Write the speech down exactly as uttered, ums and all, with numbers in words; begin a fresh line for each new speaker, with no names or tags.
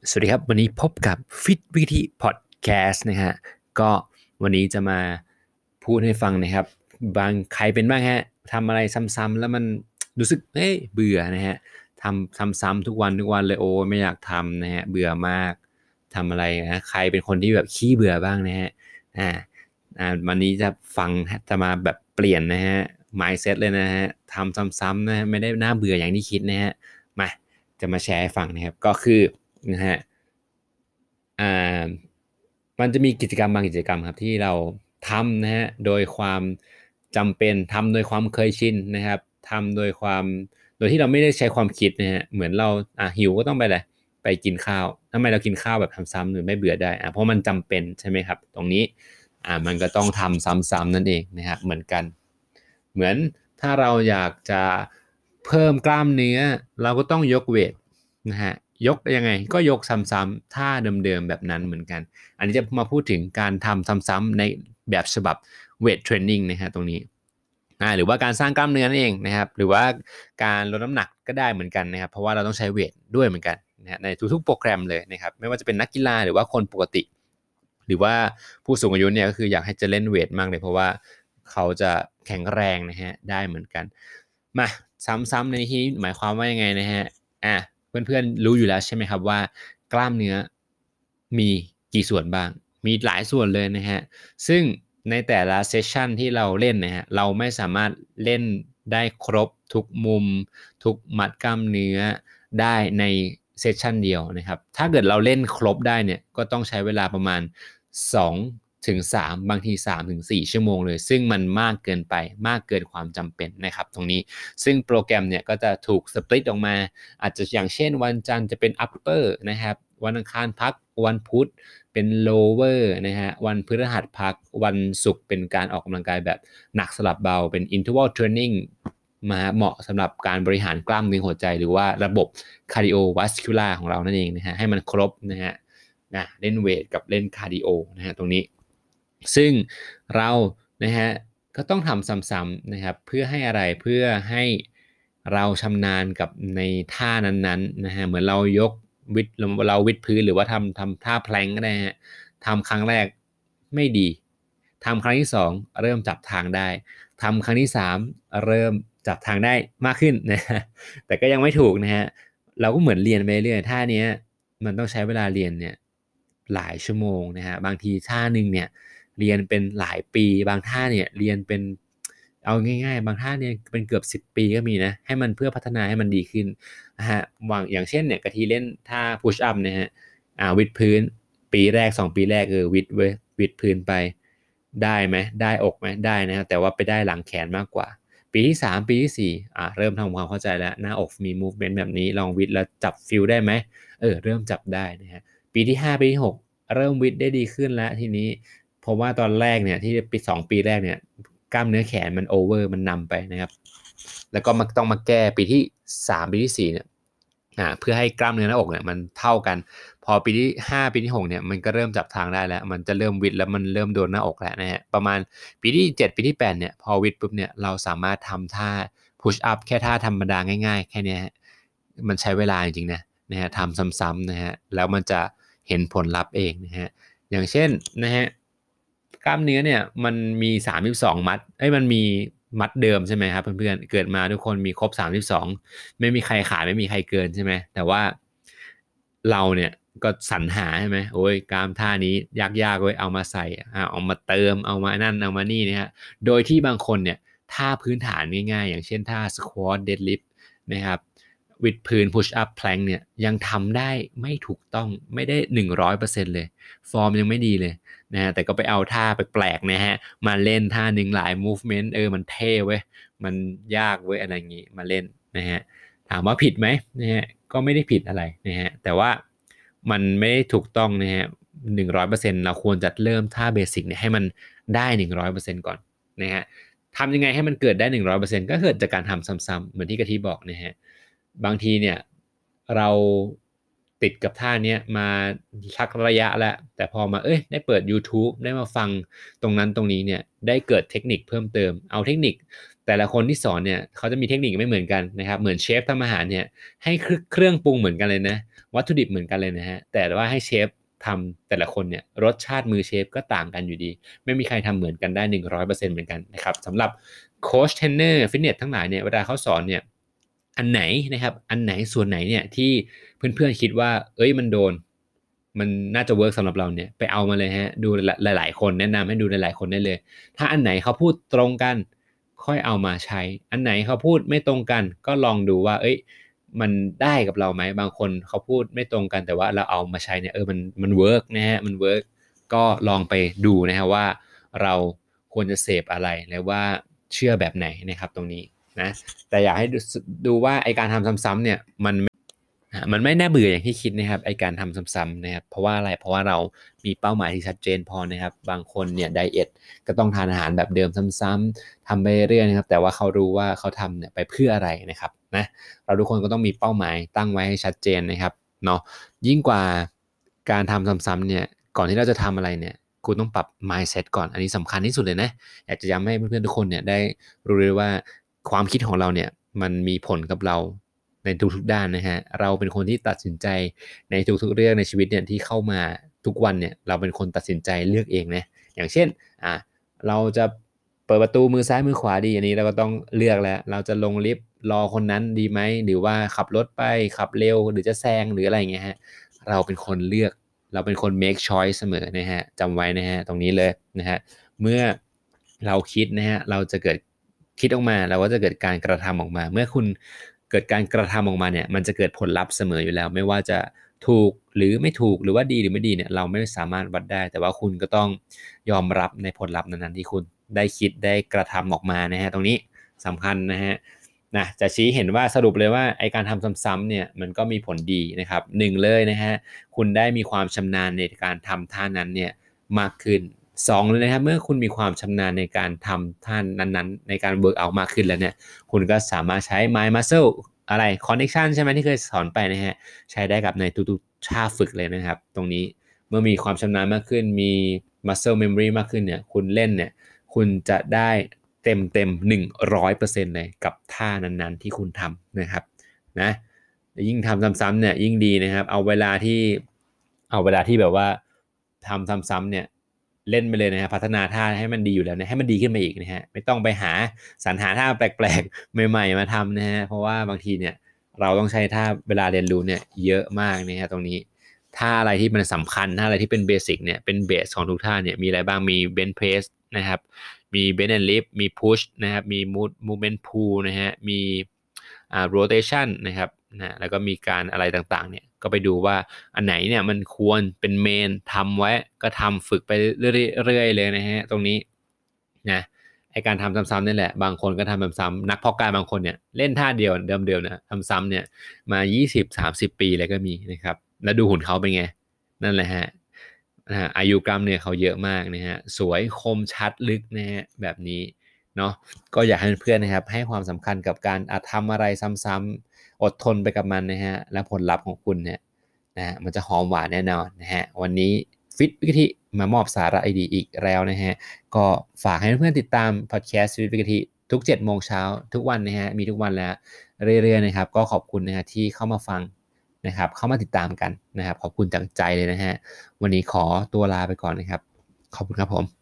สวัสดีครับวันนี้พบกับ Fit วิธี Podcast นะฮะก็วันนี้จะมาพูดให้ฟังนะครับบางใครเป็นบ้างฮะทำอะไรซ้ำๆแล้วมันรู้สึกเฮ้ยเบื่อนะฮะทำซ้ำๆทุกวันทุกวันเลยโอ้ไม่อยากทำนะฮะเบื่อมากทำอะไรนะใครเป็นคนที่แบบขี้เบื่อบ้างนะฮะอ่าอ่าวันนี้จะฟังจะมาแบบเปลี่ยนนะฮะ mindset เลยนะฮะทำซ้ำๆนะฮะไม่ได้น่าเบื่ออย่างที่คิดนะฮะมาจะมาแชร์ให้ฟังนะครับก็คือ นะฮะอ่ามันจะมีกิจกรรมบางกิจกรรมครับที่เราทำนะฮะโดยความจำเป็นทำโดยความเคยชินนะครับทำโดยความโดยที่เราไม่ได้ใช้ความคิดนะฮะเหมือนเราอ่ะหิวก็ต้องไปเลยไปกินข้าวทำไมเรากินข้าวแบบซ้ำๆหรือไม่เบื่อได้อ่ะเพราะมันจำเป็นใช่ไหมครับตรงนี้อ่ามันก็ต้องทำซ้ำๆนั่นเองนะครับเหมือนกันเหมือนถ้าเราอยากจะเพิ่มกล้ามเนื้อเราก็ต้องยกเวท นะฮะยกยังไงก็ยกซ้ำๆท่าเดิมๆแบบนั้นเหมือนกันอันนี้จะมาพูดถึงการทำซ้ำๆในแบบฉบับเวทเทรนนิ่งนะฮะตรงนี้อ่าหรือว่าการสร้างกล้ามเนื้อนั่นเองนะครับหรือว่าการลดน้ำหนักก็ได้เหมือนกันนะครับเพราะว่าเราต้องใช้เวทด้วยเหมือนกันนะฮะในทุกๆโปรแกรมเลยนะครับไม่ว่าจะเป็นนักกีฬาหรือว่าคนปกติหรือว่าผู้สูงอายุเนี่ยก็คืออยากให้จะเล่นเวทมากเลยเพราะว่าเขาจะแข็งแรงนะฮะได้เหมือนกันมาซ้ำๆในที่หมายความว่ายังไงนะฮะอ่ะ เพื่อนๆรู้อยู่แล้วใช่ไหมครับว่ากล้ามเนื้อมีกี่ส่วนบ้างมีหลายส่วนเลยนะฮะซึ่งในแต่ละเซสชันที่เราเล่นนะฮะเราไม่สามารถเล่นได้ครบทุกมุมทุกมัดกล้ามเนื้อได้ในเซสชันเดียวนะครับถ้าเกิดเราเล่นครบได้เนี่ยก็ต้องใช้เวลาประมาณสองถึงสามบางทีสามถึงสี่ชั่วโมงเลยซึ่งมันมากเกินไปมากเกินความจำเป็นนะครับตรงนี้ซึ่งโปรแกรมเนี่ยก็จะถูกสปลิตออกมา อาจจะอย่างเช่นวันจันทร์จะเป็น upper นะครับวันอังคารพักวันพุธเป็น lower นะฮะวันพฤหัสพักวันศุกร์เป็นการออกกำลังกายแบบหนักสลับเบาเป็น interval training มาเหมาะสำหรับการบริหารกล้ามเนื้อหัวใจหรือว่าระบบ cardiovascular ของเรานั่นเองนะฮะให้มันครบนะฮะนะเล่นเวทกับเล่นคาร์ดิโอนะฮะตรงนี้ซึ่งเรานะฮะ ก็ต้องทำซ้ำๆนะครับเพื่อให้อะไรเพื่อให้เราชำนาญกับในท่านั้นๆนะฮะเหมือนเรายกวิดเราวิดพื้นหรือว่าทำทำท่าแพลงก็ได้ฮะทำครั้งแรกไม่ดีทำครั้งที่สองเริ่มจับทางได้ทำครั้งที่สามเริ่มจับทางได้มากขึ้นนะฮะแต่ก็ยังไม่ถูกนะฮะเราก็เหมือนเรียนไปเรื่อยท่านี้มันต้องใช้เวลาเรียนเนี่ยหลายชั่วโมงนะฮะบางทีท่าหนึ่งเนี่ย เรียนเป็นหลายปีบางท่าเนี่ยเรียนเป็นเอาง่ายๆบางท่าเนี่ยเป็นเกือบสิบปีก็มีนะให้มันเพื่อพัฒนาให้มันดีขึ้นนะฮะวางอย่างเช่นเนี่ยกะทิเล่นท่า push up นะฮะอ่าวิดพื้นปีแรกสองปีแรกเออวิดเว้ยวิดพื้นไปได้ไหมได้อกไหมได้นะฮะแต่ว่าไปได้หลังแขนมากกว่าปีที่สามปีที่สี่อ่าเริ่มทำความเข้าใจแล้วหน้าอกมี movement แบบนี้ลองวิดแล้วจับฟิลได้ไหมเออเริ่มจับได้นะฮะปีที่ห้าปีที่หกเริ่มวิดได้ดีขึ้นแล้วทีนี้ เพราะว่าตอนแรกเนี่ยที่ปีสองปีแรกเนี่ยกล้ามเนื้อแขนมันโอเวอร์มันนำไปนะครับแล้วก็มาต้องมาแก้ปีที่สามปีที่สี่เนี่ยอ่าเพื่อให้กล้ามเนื้อหน้าอกเนี่ยมันเท่ากันพอปีที่ห้าปีที่หกเนี่ยมันก็เริ่มจับทางได้แล้วมันจะเริ่มวิดแล้วมันเริ่มโดนหน้าอกแล้วนะฮะประมาณปีที่เจ็ดปีที่แปดเนี่ยพอวิดปุ๊บเนี่ยเราสามารถทำท่า push up แค่ท่าธรรมดาง่ายๆแค่นี้ฮะมันใช้เวลาจริงๆนะนะฮะทำซ้ำๆนะฮะแล้วมันจะเห็นผลลัพธ์เองนะฮะ อย่างเช่นนะฮะกล้ามเนื้อเนี่ยมันมีสามสิบสองมัดเอ้ยมันมีมัดเดิมใช่ไหมครับเพื่อนๆเกิดมาทุกคนมีครบสามสิบสองไม่มีใครขาดไม่มีใครเกินใช่ไหมแต่ว่าเราเนี่ยก็สรรหาใช่ไหมโอ้ยกล้ามท่านี้ยากๆเว้ยเอามาใส่เอามาเติมเอามานั่นเอามานี่นะฮะโดยที่บางคนเนี่ยท่าพื้นฐานง่ายๆอย่างเช่นท่า squat deadlift นะครับวิดพื้น push up plank เนี่ยยังทำได้ไม่ถูกต้องไม่ได้หนึ่งร้อยเปอร์เซ็นต์เลยฟอร์มยังไม่ดีเลยนะฮะแต่ก็ไปเอาท่าแปลกๆนะฮะมาเล่นท่าหนึ่งหลาย movement เออมันเท่เว้ยมันยากเว้ยอะไรอย่างงี้มาเล่นนะฮะถามว่าผิดไหมนะฮะก็ไม่ได้ผิดอะไรนะฮะแต่ว่ามันไม่ได้ถูกต้องนะฮะหนึ่งร้อยเปอร์เซ็นต์เราควรจะเริ่มท่าเบสิกเนี่ยให้มันได้หนึ่งร้อยเปอร์เซ็นต์ก่อนนะฮะทำยังไงให้มันเกิดได้หนึ่งร้อยเปอร์เซ็นต์ก็เกิดจากการทำซ้ำๆเหมือนที่กะทิบอกนะฮะ บางทีเนี่ยเราติดกับท่านี้มาสักระยะแล้วแต่พอมาเอ้ยได้เปิด YouTube ได้มาฟังตรงนั้นตรงนี้เนี่ยได้เกิดเทคนิคเพิ่มเติมเอาเทคนิคแต่ละคนที่สอนเนี่ยเขาจะมีเทคนิคไม่เหมือนกันนะครับเหมือนเชฟทำอาหารเนี่ยให้เครื่องปรุงเหมือนกันเลยนะวัตถุดิบเหมือนกันเลยนะฮะแต่ว่าให้เชฟทำแต่ละคนเนี่ยรสชาติมือเชฟก็ต่างกันอยู่ดีไม่มีใครทำเหมือนกันได้หนึ่งร้อยเปอร์เซ็นต์เหมือนกันนะครับสำหรับโค้ชเทรนเนอร์ฟิตเนสทั้งหลายเนี่ยเวลาเขาสอนเนี่ยอันไหนนะครับอันไหนส่วนไหนเนี่ยที่เพื่อนๆคิดว่าเอ้ยมันโดนมันน่าจะเวิร์กสำหรับเราเนี่ยไปเอามาเลยฮะดูหลายๆคนแนะนำให้ดูหลายๆคนได้เลยถ้าอันไหนเขาพูดตรงกันค่อยเอามาใช้อันไหนเขาพูดไม่ตรงกันก็ลองดูว่าเอ้ยมันได้กับเราไหมบางคนเขาพูดไม่ตรงกันแต่ว่าเราเอามาใช้เนี่ยเออมันมันเวิร์กนะฮะมันเวิร์กก็ลองไปดูนะฮะว่าเราควรจะเสพอะไรและว่าเชื่อแบบไหนนะครับตรงนี้นะแต่อยากให้ดูดูว่าไอการทำซ้ำๆเนี่ยมันมันไม่น่าเบื่ออย่างที่คิดนะครับไอการทำซ้ำๆนะครับเพราะว่าอะไรเพราะว่าเรามีเป้าหมายที่ชัดเจนพอนะครับบางคนเนี่ยไดเอทก็ต้องทานอาหารแบบเดิมซ้ำๆทำไปเรื่อยๆนะครับแต่ว่าเขารู้ว่าเขาทำเนี่ยไปเพื่ออะไรนะครับนะเราทุกคนก็ต้องมีเป้าหมายตั้งไว้ให้ชัดเจนนะครับเนาะยิ่งกว่าการทำซ้ำๆเนี่ยก่อนที่เราจะทำอะไรเนี่ยคุณต้องปรับ mindset ก่อนอันนี้สำคัญที่สุดเลยนะอยากจะย้ำให้เพื่อนๆทุกคนเนี่ยได้รู้เลยว่าความคิดของเราเนี่ยมันมีผลกับเราในทุกๆด้านนะฮะเราเป็นคนที่ตัดสินใจในทุกๆเรื่องในชีวิตเนี่ยที่เข้ามาทุกวันเนี่ยเราเป็นคนตัดสินใจเลือกเองนะอย่างเช่นอ่ะเราจะเปิดประตูมือซ้ายมือขวาดีอันนี้เราก็ต้องเลือกแล้วเราจะลงลิฟต์รอคนนั้นดีไหมหรือว่าขับรถไปขับเร็วหรือจะแซงหรืออะไรอย่างเงี้ยฮะเราเป็นคนเลือกเราเป็นคน make choice เสมอนะฮะจำไว้นะฮะตรงนี้เลยนะฮะเมื่อเราคิดนะฮะเราจะเกิดคิดออกมาเราก็จะเกิดการกระทำออกมาเมื่อคุณเกิดการกระทำออกมาเนี่ยมันจะเกิดผลลัพธ์เสมออยู่แล้วไม่ว่าจะถูกหรือไม่ถูกหรือว่าดีหรือไม่ดีเนี่ยเราไม่สามารถวัดได้แต่ว่าคุณก็ต้องยอมรับในผลลัพธ์นั้นๆที่คุณได้คิดได้กระทำออกมานะฮะตรงนี้สำคัญนะฮะนะจะชี้เห็นว่าสรุปเลยว่าไอการทำซ้ำๆเนี่ยมันก็มีผลดีนะครับหนึ่งเลยนะฮะคุณได้มีความชำนาญในการทำท่านั้นเนี่ยมากขึ้นสองเลยนะครับเมื่อคุณมีความชำนาญในการทำท่านั้นๆในการเวิร์กเอามากขึ้นแล้วเนี่ยคุณก็สามารถใช้ mind muscle อะไร connection ใช่ไหมที่เคยสอนไปนะฮะใช้ได้กับในทุกๆท่าฝึกเลยนะครับตรงนี้เมื่อมีความชำนาญมากขึ้นมี muscle memory มากขึ้นเนี่ยคุณเล่นเนี่ยคุณจะได้เต็มเต็มหนึ่งร้อยเปอร์เซ็นต์เลยกับท่านั้นๆที่คุณทำนะครับนะยิ่งทำซ้ำๆเนี่ยยิ่งดีนะครับเอาเวลาที่เอาเวลาที่แบบว่าทำซ้ำๆเนี่ยเล่นไปเลยนะฮะพัฒนาท่าให้มันดีอยู่แล้วนะให้มันดีขึ้นมาอีกนะฮะไม่ต้องไปหาสรรหาท่าแปลกๆใหม่ๆมาทำนะฮะเพราะว่าบางทีเนี่ยเราต้องใช้ท่าเวลาเรียนรู้เนี่ยเยอะมากนะฮะตรงนี้ท่าอะไรที่มันสำคัญท่าอะไรที่เป็นเบสิกเนี่ยเป็นเบสของทุกท่าเนี่ยมีอะไรบ้างมีเบนช์เพรสนะครับมีเบนแอนด์ลิฟมีพุชนะครับมีมูฟมูฟเมนต์พูลนะฮะมีอ่าโรเทชันนะครับนะแล้วก็มีการอะไรต่างๆเนี่ยก็ไปดูว่าอันไหนเนี่ยมันควรเป็นเมนทำไว้ก็ทำฝึกไปเรื่อยๆเลยนะฮะตรงนี้นะไอการทำซ้ำๆนี่แหละบางคนก็ทำซ้ำๆนักเพาะกายบางคนเนี่ยเล่นท่าเดียวเดิมๆนะทำซ้ำเนี่ยมายี่สิบ สามสิบปีเลยก็มีนะครับแล้วดูหุ่นเขาเป็นไงนั่นแหละฮะนะฮะอายุกล้ามเนี่ยเขาเยอะมากนะฮะสวยคมชัดลึกนะฮะแบบนี้เนาะก็อยากให้เพื่อนๆนะครับให้ความสำคัญกับการทำอะไรซ้ำๆอดทนไปกับมันนะฮะและผลลัพธ์ของคุณเนี่ยนะฮะมันจะหอมหวานแน่นอนนะฮะวันนี้ฟิตวิกฤตมามอบสาระไอดีอีกแล้วนะฮะก็ฝากให้เพื่อนๆติดตามพอดแคสต์ฟิตวิกฤตทุกเจ็ดโมงเช้าทุกวันนะฮะมีทุกวันแล้วเรื่อยๆนะครับก็ขอบคุณนะฮะที่เข้ามาฟังนะครับเข้ามาติดตามกันนะครับขอบคุณจากใจเลยนะฮะวันนี้ขอตัวลาไปก่อนนะครับขอบคุณครับผม